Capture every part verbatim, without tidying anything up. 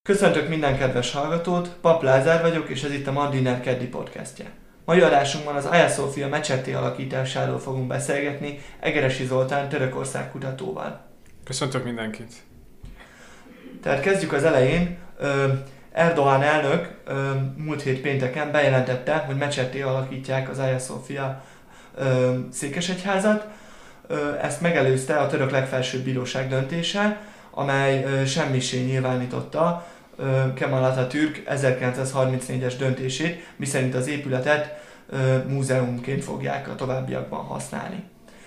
Köszöntök minden kedves hallgatót, Pap Lázár vagyok, és ez itt a Mandiner keddi podcastje. Mai adásunkban az Hagia Sophia mecsetté alakításáról fogunk beszélgetni Egeresi Zoltán Törökország kutatóval. Köszöntök mindenkit! Tehát kezdjük az elején. Erdoğan elnök múlt hét pénteken bejelentette, hogy mecsetté alakítják az Hagia Sophia székesegyházat. Ezt megelőzte a török legfelsőbb bíróság döntése, amely semmisé nyilvánította Kemal Atatürk ezerkilencszázharmincnégyes döntését, miszerint az épületet múzeumként fogják a továbbiakban használni.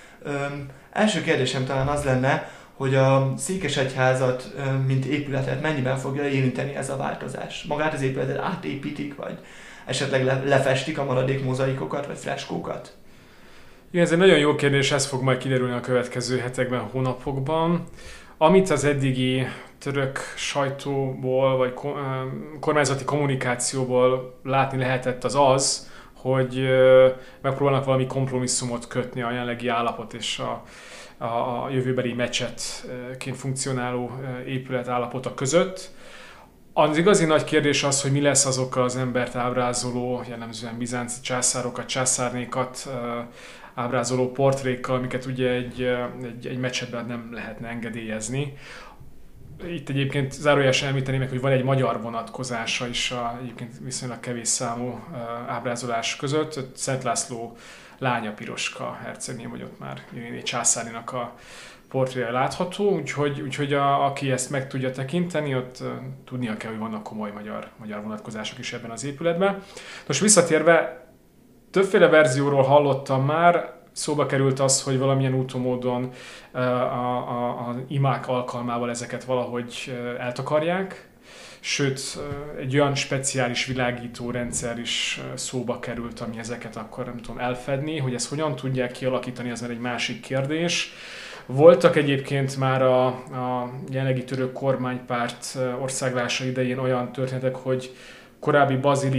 Első kérdésem talán az lenne, hogy a székesegyházat, mint épületet mennyiben fogja érinteni ez a változás? Magát az épületet átépítik, vagy esetleg lefestik a maradék mozaikokat, vagy freskókat? Igen, ez egy nagyon jó kérdés, ez fog majd kiderülni a következő hetekben, hónapokban. Amit az eddigi török sajtóból, vagy kormányzati kommunikációból látni lehetett, az az, hogy megpróbálnak valami kompromisszumot kötni a jelenlegi állapot és a, a, a jövőbeli mecsetként funkcionáló épület állapota között. Az igazi nagy kérdés az, hogy mi lesz azokkal az embert ábrázoló, jellemzően bizánci császárokat, császárnékat ábrázoló portrékkal, amiket ugye egy, egy, egy mecsetben nem lehetne engedélyezni. Itt egyébként zárójelesen említeni meg, hogy van egy magyar vonatkozása is a egyébként viszonylag kevés számú ábrázolás között. Szent László lánya Piroska hercegné, vagy ott már egy császárnénak a portréja látható, úgyhogy, úgyhogy a, aki ezt meg tudja tekinteni, ott uh, tudnia kell, hogy vannak komoly magyar, magyar vonatkozások is ebben az épületben. Most visszatérve, többféle verzióról hallottam már, szóba került az, hogy valamilyen úton módon uh, a, a, a imák alkalmával ezeket valahogy uh, eltakarják, sőt, uh, egy olyan speciális világító rendszer is uh, szóba került, ami ezeket akkor nem tudom elfedni, hogy ezt hogyan tudják kialakítani, az már egy másik kérdés. Voltak egyébként már a, a jelenlegi török kormánypárt országválása idején olyan történetek, hogy korábbi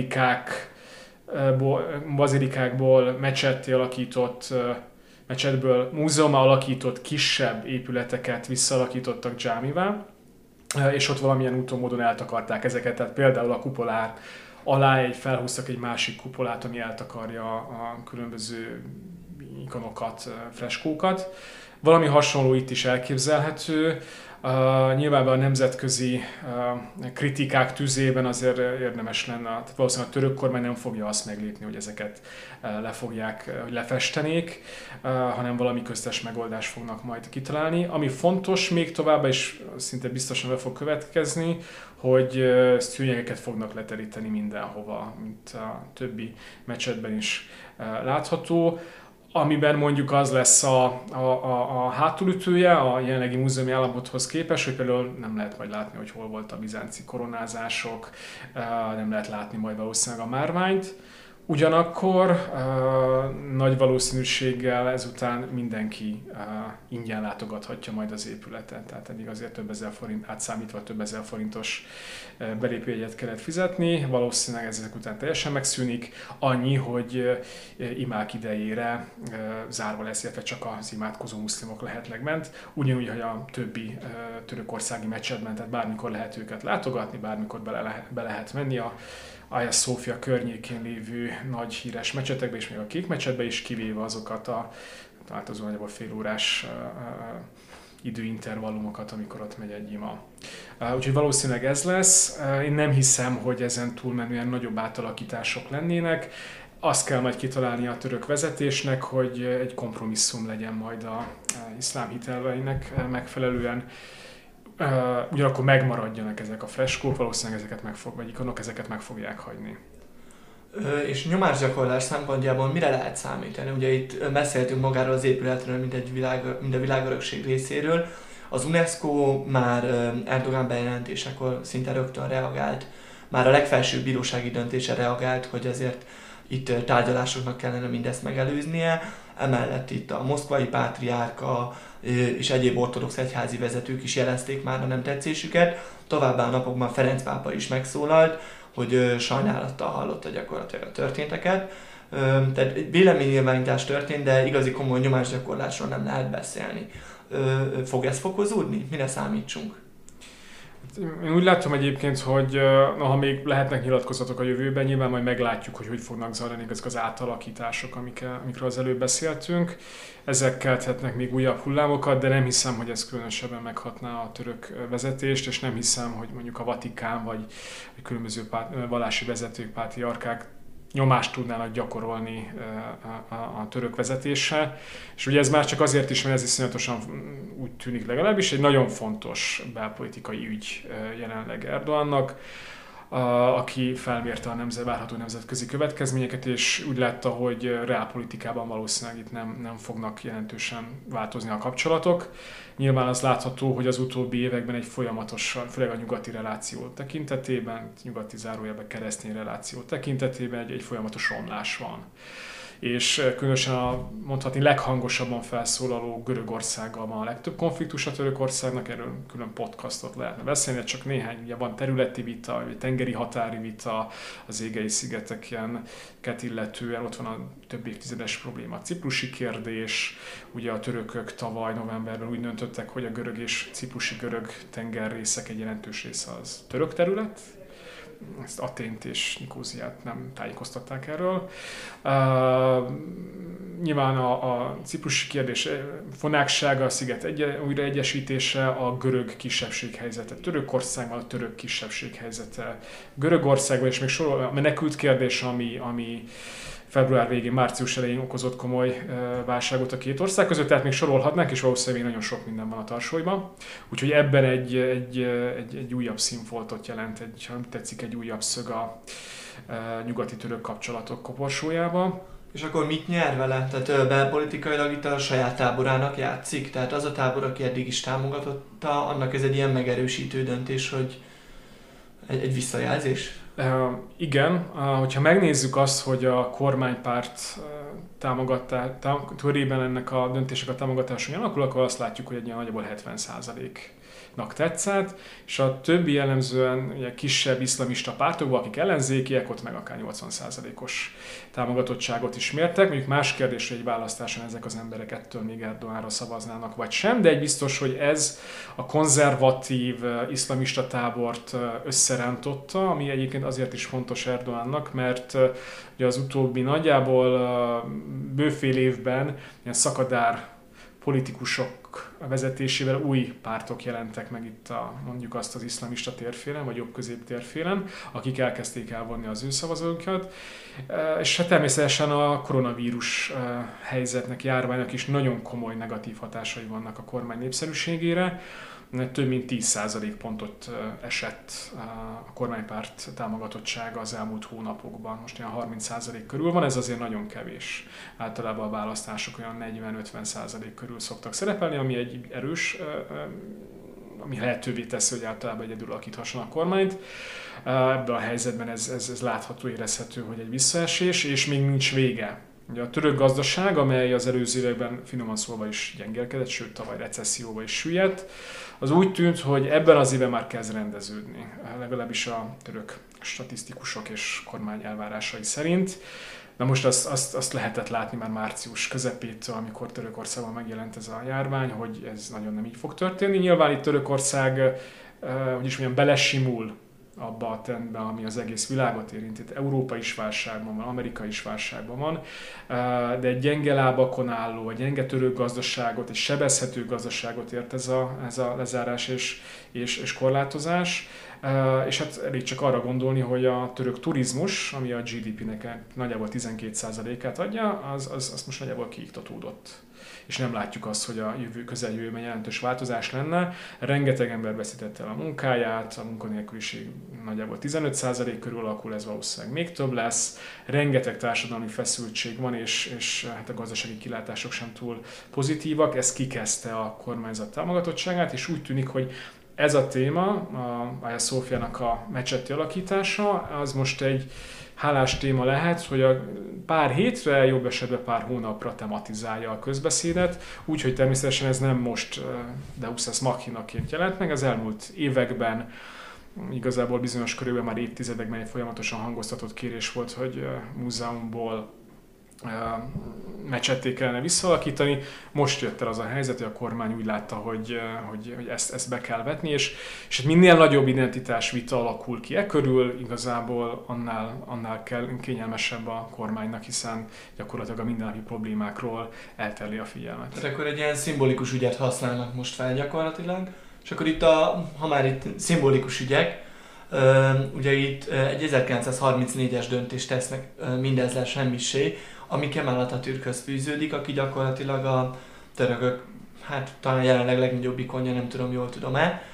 bazilikákból, bazilikákból mecsetté alakított, mecsetből múzeumá alakított kisebb épületeket visszaalakítottak dzsámivá, és ott valamilyen úton módon eltakarták ezeket, tehát például a kupolár alá egy, felhúztak egy másik kupolát, ami eltakarja a különböző ikonokat, freskókat. Valami hasonló itt is elképzelhető. Uh, nyilván a nemzetközi uh, kritikák tüzében azért érdemes lenne, tehát valószínűleg a török kormány nem fogja azt meglépni, hogy ezeket uh, le fogják, uh, hogy lefestenék, uh, hanem valami köztes megoldást fognak majd kitalálni. Ami fontos még továbbá is szinte biztosan be fog következni, hogy uh, szőnyegeket fognak leteríteni mindenhova, mint a többi mecsetben is uh, látható. Amiben mondjuk az lesz a, a, a, a hátulütője a jelenlegi múzeumi állapothoz képest, hogy például nem lehet majd látni, hogy hol volt a bizánci koronázások, nem lehet látni majd valószínűleg a márványt. Ugyanakkor uh, nagy valószínűséggel ezután mindenki uh, ingyen látogathatja majd az épületet. Tehát eddig azért több ezer forint, átszámítva több ezer forintos uh, belépőjegyet kellett fizetni. Valószínűleg ezek után teljesen megszűnik. Annyi, hogy uh, imák idejére uh, zárva lesz, illetve csak az imádkozó muszlimok lehetnek bent. Ugyanúgy, hogy a többi uh, törökországi mecsetben, tehát bármikor lehet őket látogatni, bármikor bele lehet, be lehet menni a Hagia Sophia környékén lévő nagy híres mecsetekbe, és még a kék mecsetbe is, kivéve azokat a változó nagyjából fél órás uh, uh, időintervallumokat, amikor ott megy egy ima. Uh, úgyhogy valószínűleg ez lesz. Uh, én nem hiszem, hogy ezen túlmenően nagyobb átalakítások lennének. Azt kell majd kitalálni a török vezetésnek, hogy egy kompromisszum legyen majd a uh, iszlám hitelveinek megfelelően. Uh, ugyanakkor megmaradjanak ezek a freskók, valószínűleg ezeket meg fog, vagy ikonok, ezeket meg fogják hagyni. Ö, és nyomásgyakorlás szempontjából mire lehet számítani? Ugye itt beszéltünk magáról az épületről, mint, egy világ, mint a világörökség részéről. Az UNESCO már Erdoğan bejelentésekor szinte rögtön reagált, már a legfelsőbb bírósági döntése reagált, hogy ezért itt tárgyalásoknak kellene mindezt megelőznie. Emellett itt a moszkvai pátriárka és egyéb ortodox egyházi vezetők is jelezték már a nem tetszésüket. Továbbá a napokban Ferenc pápa is megszólalt, hogy sajnálattal hallotta gyakorlatilag a történteket. Tehát véleménynyilvánítás történt, de igazi komoly nyomásgyakorlásról nem lehet beszélni. Fog ez fokozódni? Mire számítsunk? Én úgy látom egyébként, hogy ha még lehetnek nyilatkozatok a jövőben, nyilván majd meglátjuk, hogy hogy fognak zajlani ezek az átalakítások, amikről, amikről az előbb beszéltünk. Ezek kelthetnek még újabb hullámokat, de nem hiszem, hogy ez különösebben meghatná a török vezetést, és nem hiszem, hogy mondjuk a Vatikán vagy, vagy különböző pát, vallási vezetők, pátriarkák nyomást tudnának gyakorolni a, a, a török vezetéssel. És ugye ez már csak azért is, mert ez iszonyatosan úgy tűnik legalábbis, egy nagyon fontos belpolitikai ügy jelenleg Erdoğannak, aki felmérte a nemzet, várható nemzetközi következményeket, és úgy látta, hogy reálpolitikában valószínűleg itt nem, nem fognak jelentősen változni a kapcsolatok. Nyilván az látható, hogy az utóbbi években egy folyamatos, főleg a nyugati reláció tekintetében, nyugati zárójelben keresztény reláció tekintetében egy, egy folyamatos romlás van. És különösen a mondhatni leghangosabban felszólaló Görögországgal van a legtöbb konfliktus a Törökországnak, erről külön podcastot lehetne beszélni, csak néhány, ugye van területi vita, tengeri határi vita, az égei szigeteket illetően, ott van a több évtizedes probléma, a ciprusi kérdés, ugye a törökök tavaly novemberben úgy döntöttek, hogy a görög és ciprusi görög tengerrészek egy jelentős része az török terület, ezt Athént és Nikóziát nem tájékoztatták erről. Uh, nyilván a, a ciprusi kérdés fonáksága, a sziget egy, újraegyesítése, a görög kisebbség helyzete Törökországban, a török kisebbség helyzete Görögországban, és még sorol, a menekült kérdés, ami, ami február végén, március elején okozott komoly válságot a két ország között, tehát még sorolhatnánk, és valószínűleg nagyon sok minden van a tarsolyban. Úgyhogy ebben egy, egy, egy, egy újabb színfoltot jelent, egy, ha tetszik, egy újabb szög a nyugati török kapcsolatok koporsójába. És akkor mit nyer vele? Tehát belpolitikailag itt a saját táborának játszik? Tehát az a tábor, aki eddig is támogatotta, annak ez egy ilyen megerősítő döntés, hogy egy, egy visszajelzés? Uh, igen, uh, hogyha megnézzük azt, hogy a kormánypárt uh, támogatá, tám- körében ennek a döntések a támogatása alakul, akkor azt látjuk, hogy egy ilyen nagyjából hetven százaléknak tetszett, és a többi jellemzően ugye, kisebb iszlamista pártokban, akik ellenzékiek, ott meg akár nyolcvan százalékos támogatottságot is mértek. Mondjuk más kérdés, hogy egy választáson ezek az emberek ettől még Erdoğanra szavaznának, vagy sem, de egy biztos, hogy ez a konzervatív iszlamista tábort összerántotta, ami egyébként azért is fontos Erdoğannak, mert ugye az utóbbi nagyjából bőfél évben ilyen szakadár politikusok vezetésével új pártok jelentek meg itt a, mondjuk azt az iszlamista térfélen, vagy jobb-közép térfélen, akik elkezdték elvonni az ő szavazókat. És hát természetesen a koronavírus helyzetnek, járványnak is nagyon komoly negatív hatásai vannak a kormány népszerűségére. Több mint tíz százalék pontot esett a kormánypárt támogatottsága az elmúlt hónapokban. Most olyan harminc százalék körül van, ez azért nagyon kevés. Általában a választások olyan negyven-ötven százalék körül szoktak szerepelni, ami egy erős, ami lehetővé teszi, hogy általában egyedül alakíthasson a kormányt. Ebben a helyzetben ez, ez, ez látható, érezhető, hogy egy visszaesés, és még nincs vége. Ugye a török gazdaság, amely az előző években finoman szólva is gyengélkedett, sőt tavaly recesszióba is süllyedt, az úgy tűnt, hogy ebben az évben már kezd rendeződni, legalábbis a török statisztikusok és kormány elvárásai szerint. Na most azt, azt, azt lehetett látni már március közepétől, amikor Törökországban megjelent ez a járvány, hogy ez nagyon nem így fog történni. Nyilván itt Törökország, hogy is mondjam, belesimul abba a trendbe, ami az egész világot érinti. Európa is válságban van, Amerika is válságban van, de egy gyenge lábakon álló, egy gyenge török gazdaságot, egy sebezhető gazdaságot ért ez a, ez a lezárás és, és, és korlátozás. És hát elég csak arra gondolni, hogy a török turizmus, ami a gé dé pé-nek nagyjából tizenkét százalékát adja, az, az, az most nagyjából kiiktatódott. És nem látjuk azt, hogy a jövő közeljövőben jelentős változás lenne. Rengeteg ember veszítette el a munkáját, a munkanélküliség nagyjából tizenöt százalék körül alakul, ez valószínűleg még több lesz. Rengeteg társadalmi feszültség van, és, és hát a gazdasági kilátások sem túl pozitívak. Ez kikezdte a kormányzat támogatottságát, és úgy tűnik, hogy ez a téma, a Hagia Szofiának a meccseti alakítása, az most egy hálás téma lehet, hogy a pár hétre, jobb esetben pár hónapra tematizálja a közbeszédet, úgyhogy természetesen ez nem most Deus ex machinaként jelent meg, az elmúlt években igazából bizonyos körülbelül már évtizedekben egy folyamatosan hangoztatott kérés volt, hogy múzeumból mecsetté kellene visszaalakítani. Most jött el az a helyzet, hogy a kormány úgy látta, hogy, hogy, hogy ezt, ezt be kell vetni, és, és minél nagyobb identitásvita alakul ki e körül, igazából annál, annál kell, kényelmesebb a kormánynak, hiszen gyakorlatilag a mindennapi problémákról elterli a figyelmet. Tehát akkor egy ilyen szimbolikus ügyet használnak most fel gyakorlatilag, és akkor itt, a, ha már itt szimbolikus ügyek, ugye itt egy ezerkilencszázharmincnégyes döntést tesznek mindezzel semmissé, ami Kemal Atatürkhöz fűződik, aki gyakorlatilag a törökök, hát talán jelenleg legnagyobb ikonja, nem tudom, jól tudom-e.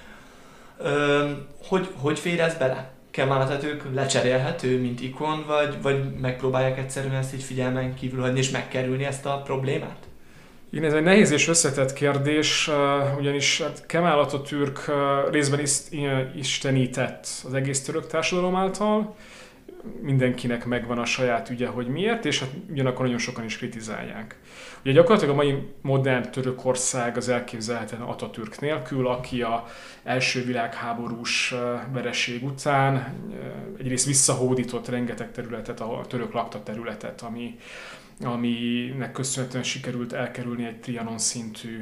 Hogy, hogy fér ez bele? Kemal Atatürk lecserélhető, mint ikon, vagy, vagy megpróbálják egyszerűen ezt így figyelmen kívül hagyni és megkerülni ezt a problémát? Igen, ez egy nehéz és összetett kérdés, ugyanis Kemal Atatürk részben istenített az egész török társadalom által, mindenkinek megvan a saját ügye, hogy miért, és hát ugyanakkor nagyon sokan is kritizálják. Ugye gyakorlatilag a mai modern Törökország az elképzelhetetlen Atatürk nélkül, aki a első világháborús vereség után egyrészt visszahódított rengeteg területet, a török lakta területet, ami, aminek köszönhetően sikerült elkerülni egy Trianon szintű,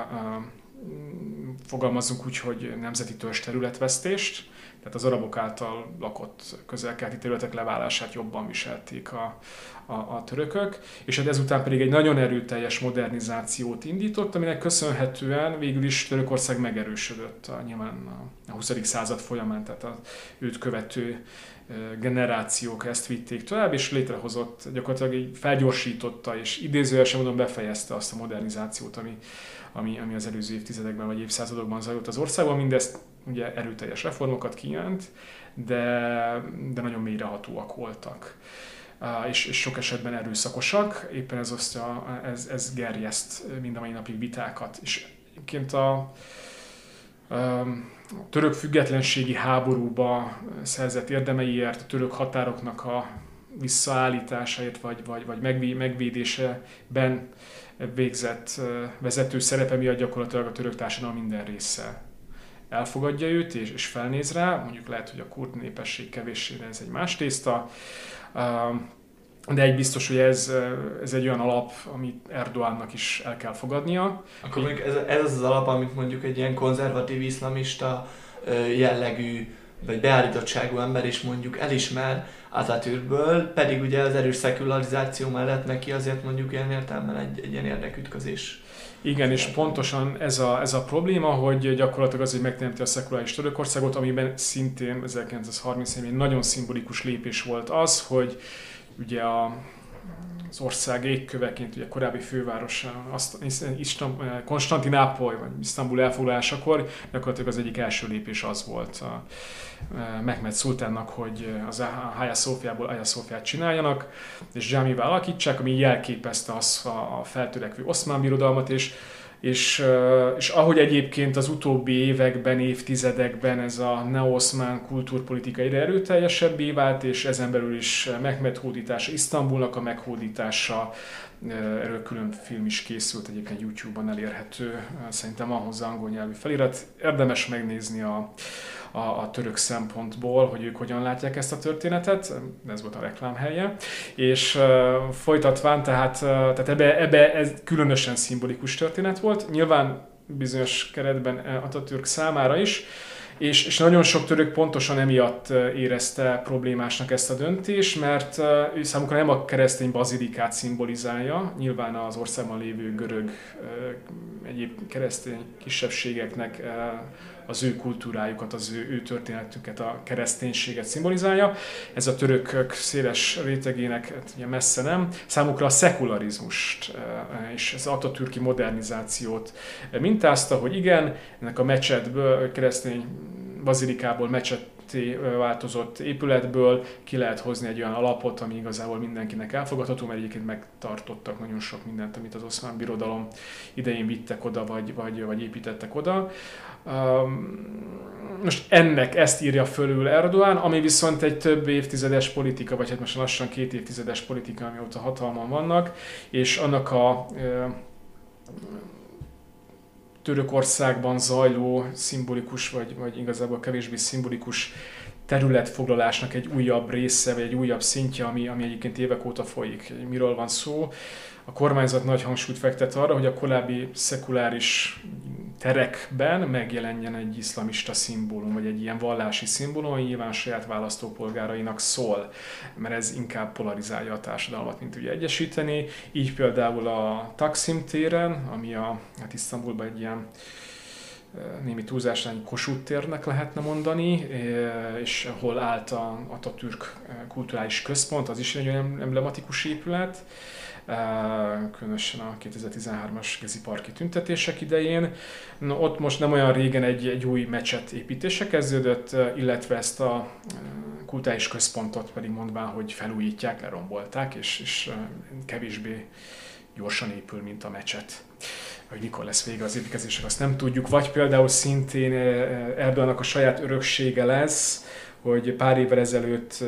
fogalmazzunk úgy, hogy nemzeti törzs területvesztést, tehát az arabok által lakott közel-keleti területek leválását jobban viselték a, a, a törökök, és ezután pedig egy nagyon erőteljes modernizációt indított, aminek köszönhetően végül is Törökország megerősödött a, nyilván a huszadik század folyamán, tehát az őt követő generációk ezt vitték tovább, és létrehozott, gyakorlatilag így felgyorsította és idézőjelesen módon befejezte azt a modernizációt, ami, ami, ami az előző évtizedekben vagy évszázadokban zajlott az országban. Mindezt ugye erőteljes reformokat kívánt, de, de nagyon mélyrehatóak voltak. És, és sok esetben erőszakosak, éppen ez, osztja, ez, ez gerjeszt mind a mai napig vitákat. És egyébként a, a török függetlenségi háborúba szerzett érdemeiért, a török határoknak a visszaállításáért vagy, vagy, vagy megvédéseben végzett vezető szerepe miatt gyakorlatilag a török társadalom minden része elfogadja őt és, és felnéz rá, mondjuk lehet, hogy a kurd népesség kevéssé, ez egy más tészta, de egy biztos, hogy ez, ez egy olyan alap, amit Erdoğannak is el kell fogadnia. Akkor mondjuk ez, ez az az alap, amit mondjuk egy ilyen konzervatív iszlamista jellegű, vagy beállítottságú ember is mondjuk elismer Atatürkből, pedig ugye az erős szekularizáció mellett neki azért mondjuk ilyen értelemben egy, egy ilyen érdekütközés. Igen, és pontosan ez a, ez a probléma, hogy gyakorlatilag az, hogy megteremti a szekuláris Törökországot, amiben szintén ezerkilencszázharmincnégy egy nagyon szimbolikus lépés volt az, hogy ugye a, az ország égköveként, ugye a korábbi főváros, Konstantinápoly vagy Isztambul elfoglalásakor gyakorlatilag az egyik első lépés az volt a Mehmed szultánnak, hogy az Hagia Szófiából Hagia Szófiát csináljanak, és dzsámivá alakítsák, ami jelképezte az a feltörekvő oszmán birodalmat, és És, és ahogy egyébként az utóbbi években, évtizedekben ez a neo-oszmán kultúrpolitika egyre erőteljesebbé vált, és ezen belül is Mehmed hódítása, Isztambulnak a meghódítása, erről külön film is készült, egyébként YouTube-on elérhető, szerintem van hozzá angol nyelvű felirat. Érdemes megnézni a, a, a török szempontból, hogy ők hogyan látják ezt a történetet, ez volt a reklámhelye, és uh, folytatván, tehát, uh, tehát ebbe, ebbe ez különösen szimbolikus történet volt, nyilván bizonyos keretben Atatürk számára is, És, és nagyon sok török pontosan emiatt érezte problémásnak ezt a döntést, mert ő számukra nem a keresztény bazilikát szimbolizálja, nyilván az országban lévő görög egyéb keresztény kisebbségeknek az ő kultúrájukat, az ő, ő történetüket, a kereszténységet szimbolizálja. Ez a törökök széles rétegének ugye messze nem. Számukra a szekularizmust és az atatürki modernizációt mintázta, hogy igen, ennek a mecsetből, keresztény bazilikából mecsetté változott épületből ki lehet hozni egy olyan alapot, ami igazából mindenkinek elfogadható, mert egyébként megtartottak nagyon sok mindent, amit az Oszmán Birodalom idején vittek oda, vagy, vagy, vagy építettek oda. Most ennek ezt írja fölül Erdoğan, ami viszont egy több évtizedes politika, vagy hát most lassan két évtizedes politika, amióta hatalman vannak, és annak a Törökországban zajló szimbolikus, vagy, vagy igazából kevésbé szimbolikus területfoglalásnak egy újabb része, vagy egy újabb szintje, ami, ami egyébként évek óta folyik. Miről van szó? A kormányzat nagy hangsúlyt fektet arra, hogy a korábbi szekuláris terekben megjelenjen egy iszlamista szimbólum, vagy egy ilyen vallási szimbólum, ami nyilván saját választópolgárainak szól, mert ez inkább polarizálja a társadalmat, mint ugye egyesíteni. Így például a Taksim téren, ami a, hát Isztambulban egy ilyen némi túlzásnál egy Kossuth térnek lehetne mondani, és ahol állt a Atatürk kulturális központ, az is egy olyan emblematikus épület, különösen a kétezer-tizenhármas Gezi parki tüntetések idején. No, ott most nem olyan régen egy, egy új mecset építése kezdődött, illetve ezt a kulturális központot pedig mondván, hogy felújítják, lerombolták, és, és kevésbé gyorsan épül, mint a mecset. Hogy mikor lesz vége az építkezésnek, azt nem tudjuk. Vagy például szintén Erdoğannak a saját öröksége lesz, hogy pár évvel ezelőtt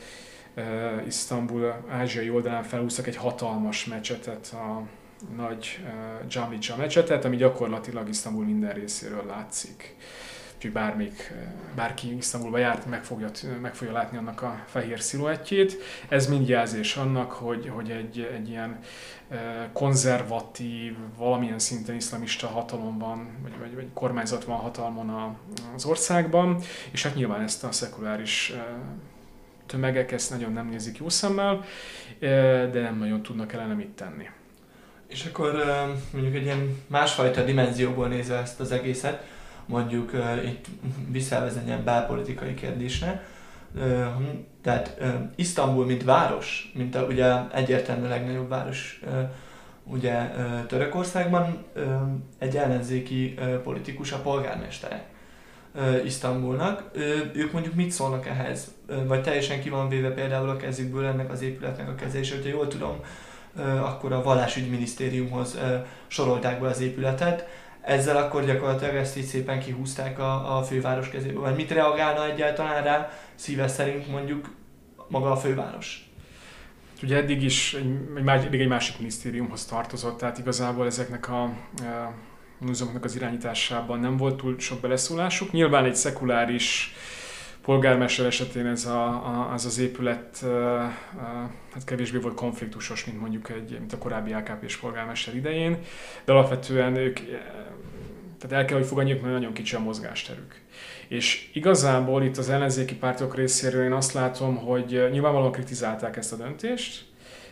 Isztambul ázsiai oldalán felhúztak egy hatalmas mecsetet, a nagy Jamija mecsetet, ami gyakorlatilag Isztambul minden részéről látszik. Úgyhogy bármik, bárki Isztambulba járt, meg fogja, meg fogja látni annak a fehér sziluettjét. Ez mind jelzés annak, hogy, hogy egy, egy ilyen konzervatív, valamilyen szinten iszlamista hatalom van, vagy, vagy, vagy kormányzat van hatalmon az országban, és hát nyilván ezt a szekuláris tömegek ezt nagyon nem nézik jó szemmel, de nem nagyon tudnak ellene mit tenni. És akkor mondjuk egy ilyen másfajta dimenzióból nézve ezt az egészet, mondjuk itt visszavezet ilyen belpolitikai kérdésre, tehát Isztambul, mint város, mint a, ugye egyértelműen legnagyobb város ugye Törökországban, egy ellenzéki politikus a polgármestere Isztambulnak. Ők mondjuk mit szólnak ehhez? Vagy teljesen ki van véve például a kezükből ennek az épületnek a kezelése, hogyha jól tudom, akkor a vallásügyminisztériumhoz sorolták be az épületet. Ezzel akkor gyakorlatilag ezt így szépen kihúzták a, a főváros kezéből. Vagy mit reagálna egyáltalán rá szíve szerint mondjuk maga a főváros? Ugye eddig is egy, eddig egy másik minisztériumhoz tartozott, tehát igazából ezeknek a, a múzeumoknak az irányításában nem volt túl sok beleszólásuk. Nyilván egy szekuláris polgármester esetén ez a, a, az, az épület uh, uh, hát kevésbé volt konfliktusos, mint mondjuk egy, mint a korábbi á ká pés polgármester idején, de alapvetően ők, tehát el kell, hogy fogadjuk, mert nagyon kicsi a mozgásterük. És igazából itt az ellenzéki pártok részéről én azt látom, hogy nyilvánvalóan kritizálták ezt a döntést,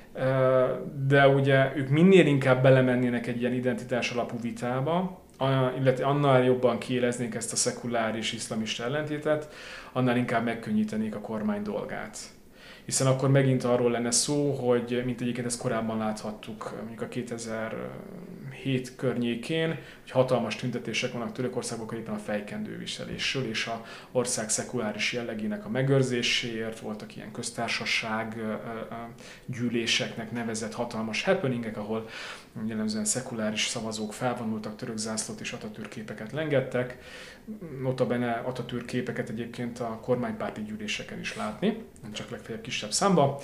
de ugye ők minél inkább belemennének egy ilyen identitás alapú vitába, illetve annál jobban kiéleznék ezt a szekuláris iszlamista ellentétet, annál inkább megkönnyítenék a kormány dolgát. Hiszen akkor megint arról lenne szó, hogy mint egyébként ezt korábban láthattuk, mondjuk a kétezer-hét környékén, hogy hatalmas tüntetések vannak Törökországban éppen a fejkendőviselésről és az ország szekuláris jellegének a megőrzéséért, voltak ilyen köztársaság gyűléseknek nevezett hatalmas happeningek, ahol jellemzően szekuláris szavazók felvonultak, török zászlót és Atatürk képeket lengettek. Notabene Atatürk képeket egyébként a kormánypárti gyűléseken is látni, nem csak legfeljebb kisebb számba.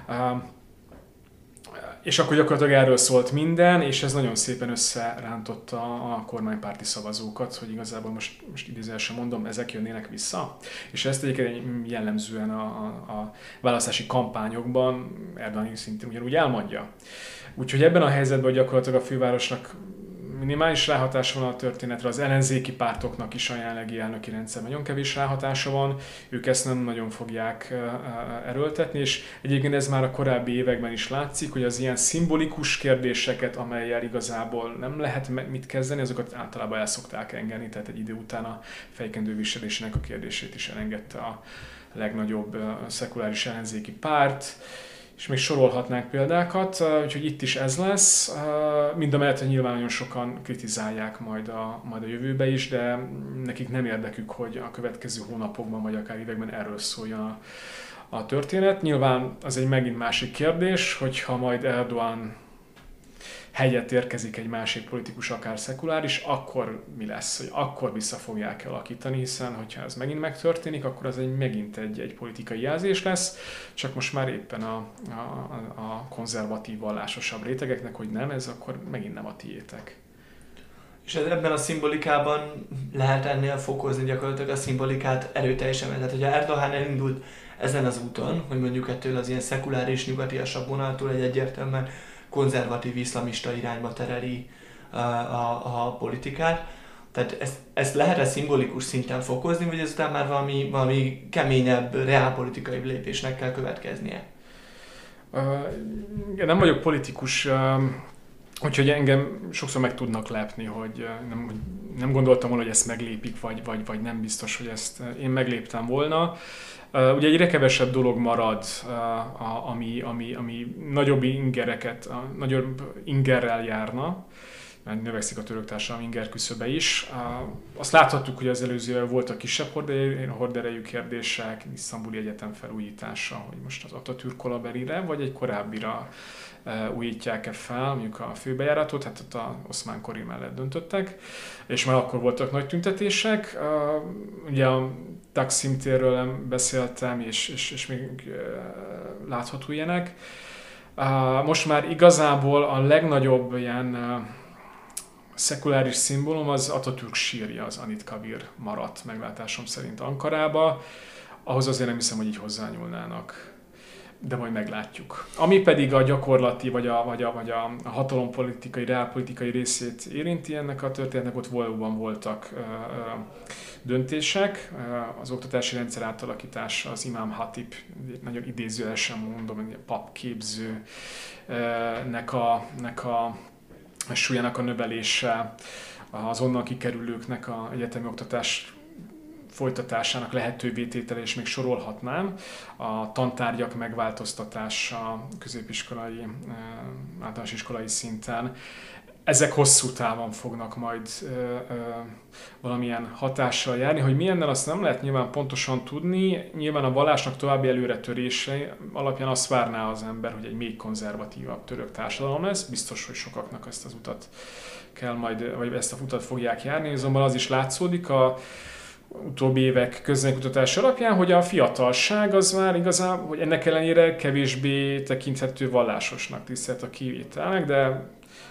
És akkor gyakorlatilag erről szólt minden, és ez nagyon szépen összerántotta a kormánypárti szavazókat, hogy igazából most, most idézősen mondom, ezek jönnének vissza. És ezt egyébként jellemzően a, a, a választási kampányokban Erdoğan szintén ugyanúgy elmondja. Úgyhogy ebben a helyzetben gyakorlatilag a fővárosnak minimális ráhatása van a történetre, az ellenzéki pártoknak is a jelenlegi elnöki rendszer nagyon kevés ráhatása van, ők ezt nem nagyon fogják erőltetni, és egyébként ez már a korábbi években is látszik, hogy az ilyen szimbolikus kérdéseket, amelyel igazából nem lehet mit kezdeni, azokat általában el szokták engedni, tehát egy idő után a fejkendőviselésének a kérdését is elengedte a legnagyobb szekuláris ellenzéki párt, és még sorolhatnánk példákat, úgyhogy itt is ez lesz. Mindamellett, hogy nyilván nagyon sokan kritizálják majd a, majd a jövőbe is, de nekik nem érdekük, hogy a következő hónapokban vagy akár években erről szóljon a, a történet. Nyilván az egy megint másik kérdés, hogyha majd Erdoğan helyett érkezik egy másik politikus, akár szekuláris, akkor mi lesz? Hogy akkor vissza fogják alakítani, hiszen hogyha ez megint megtörténik, akkor az egy, megint egy, egy politikai jelzés lesz, csak most már éppen a, a, a konzervatív, vallásosabb rétegeknek, hogy nem, ez akkor megint nem a tiétek. És ebben a szimbolikában lehet ennél fokozni gyakorlatilag a szimbolikát erőteljesen, tehát hogyha Erdogan elindult ezen az úton, hogy mondjuk ettől az ilyen szekuláris, nyugatiasabb vonaltól egy egyértelműen konzervatív, iszlamista irányba tereli a, a, a politikát, tehát ezt, ezt lehet-e szimbolikus szinten fokozni, vagy ezután már valami, valami keményebb, reálpolitikai lépésnek kell következnie? Uh, nem vagyok politikus, uh, úgyhogy engem sokszor meg tudnak lepni, hogy nem, nem gondoltam volna, hogy ezt meglépik, vagy, vagy, vagy nem biztos, hogy ezt én megléptem volna. Uh, ugye egyre kevesebb dolog marad, uh, ami, ami, ami nagyobb ingereket, uh, nagyobb ingerrel járna, mert növekszik a török társadalom inger küszöbe is. Uh, azt láthattuk, hogy az előző évben voltak kisebb horderejű kérdések, Isztambuli Egyetem felújítása, hogy most az Atatürk korabelire, vagy egy korábbira uh, újítják-e fel, mondjuk a főbejáratot, hát ott a oszmán kori mellett döntöttek, és már akkor voltak nagy tüntetések. Uh, ugye a Taksim térről beszéltem, és, és, és még uh, látható ilyenek. Uh, most már igazából a legnagyobb ilyen uh, szekuláris szimbólum az Atatürk sírja, az Anıtkabir maradt meglátásom szerint Ankarába. Ahhoz azért nem hiszem, hogy így hozzányúlnának, de majd meglátjuk. Ami pedig a gyakorlati, vagy a, vagy a, vagy a hatalompolitikai, reálpolitikai részét érinti ennek a történetnek, ott valóban voltak ö, ö, döntések. Az oktatási rendszer átalakítása, az Imám Hatip, nagyon idézőesen mondom, hogy a papképzőnek a, nek a a súlyának a növelése, az onnan kikerülőknek a egyetemi oktatás folytatásának lehetővé tétele, és még sorolhatnám, a tantárgyak megváltoztatása középiskolai, általános iskolai szinten. Ezek hosszú távon fognak majd ö, ö, valamilyen hatással járni. Hogy milyennel, azt nem lehet nyilván pontosan tudni. Nyilván a vallásnak további előretörése alapján azt várná az ember, hogy egy még konzervatívabb török társadalom lesz. Biztos, hogy sokaknak ezt az utat kell majd, vagy ezt a utat fogják járni. Azonban az is látszódik a utóbbi évek közvéleménykutatás alapján, hogy a fiatalság az már igazából, hogy ennek ellenére kevésbé tekinthető vallásosnak, tisztelt a kivételnek, de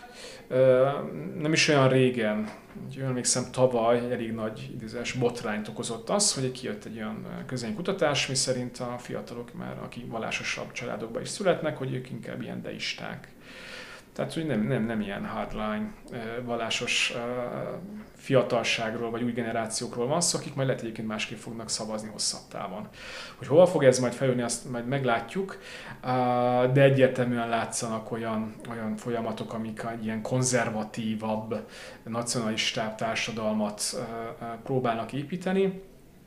nem is olyan régen, jól emlékszem, tavaly elég nagy idézés botrányt okozott az, hogy kijött egy olyan közvéleménykutatás, mi szerint a fiatalok már, akik vallásosabb családokban is születnek, hogy ők inkább ilyen deisták. Tehát, hogy nem, nem, nem ilyen hardline vallásos fiatalságról, vagy új generációkról van szó, akik majd lehet egyébként másképp fognak szavazni hosszabb távon. Hogy hova fog ez majd feljönni, azt majd meglátjuk, de egyértelműen látszanak olyan, olyan folyamatok, amik egy ilyen konzervatívabb, nacionalistább társadalmat próbálnak építeni.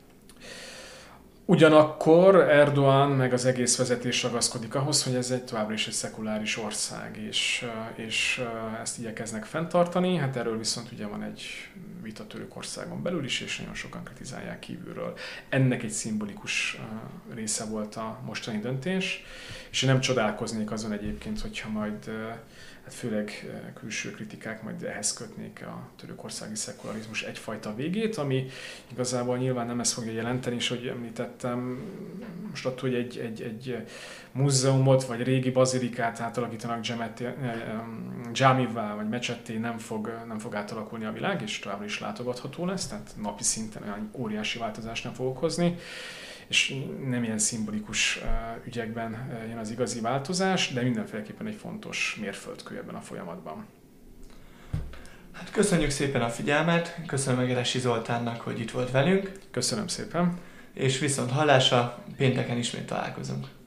Ugyanakkor Erdoğan meg az egész vezetés ragaszkodik ahhoz, hogy ez egy továbbra is egy szekuláris ország, és, és ezt igyekeznek fenntartani. Hát erről viszont ugye van egy vita Törökországon belül is, és nagyon sokan kritizálják kívülről. Ennek egy szimbolikus része volt a mostani döntés, és én nem csodálkoznék azon egyébként, hogyha majd hát főleg külső kritikák majd ehhez kötnék a törökországi szekularizmus egyfajta végét, ami igazából nyilván nem ezt fogja jelenteni, és hogy említettem, most attól, hogy egy, egy, egy múzeumot vagy régi bazilikát átalakítanak dzsámivá vagy mecsetté, nem fog, nem fog átalakulni a világ, és továbbra is látogatható lesz, tehát napi szinten olyan óriási változást nem fog okozni. És nem ilyen szimbolikus ügyekben jön az igazi változás, de mindenféleképpen egy fontos mérföldkő ebben a folyamatban. Hát köszönjük szépen a figyelmet, köszönöm Egeressy Zoltánnak, hogy itt volt velünk. Köszönöm szépen. És viszont hallásra, pénteken ismét találkozunk.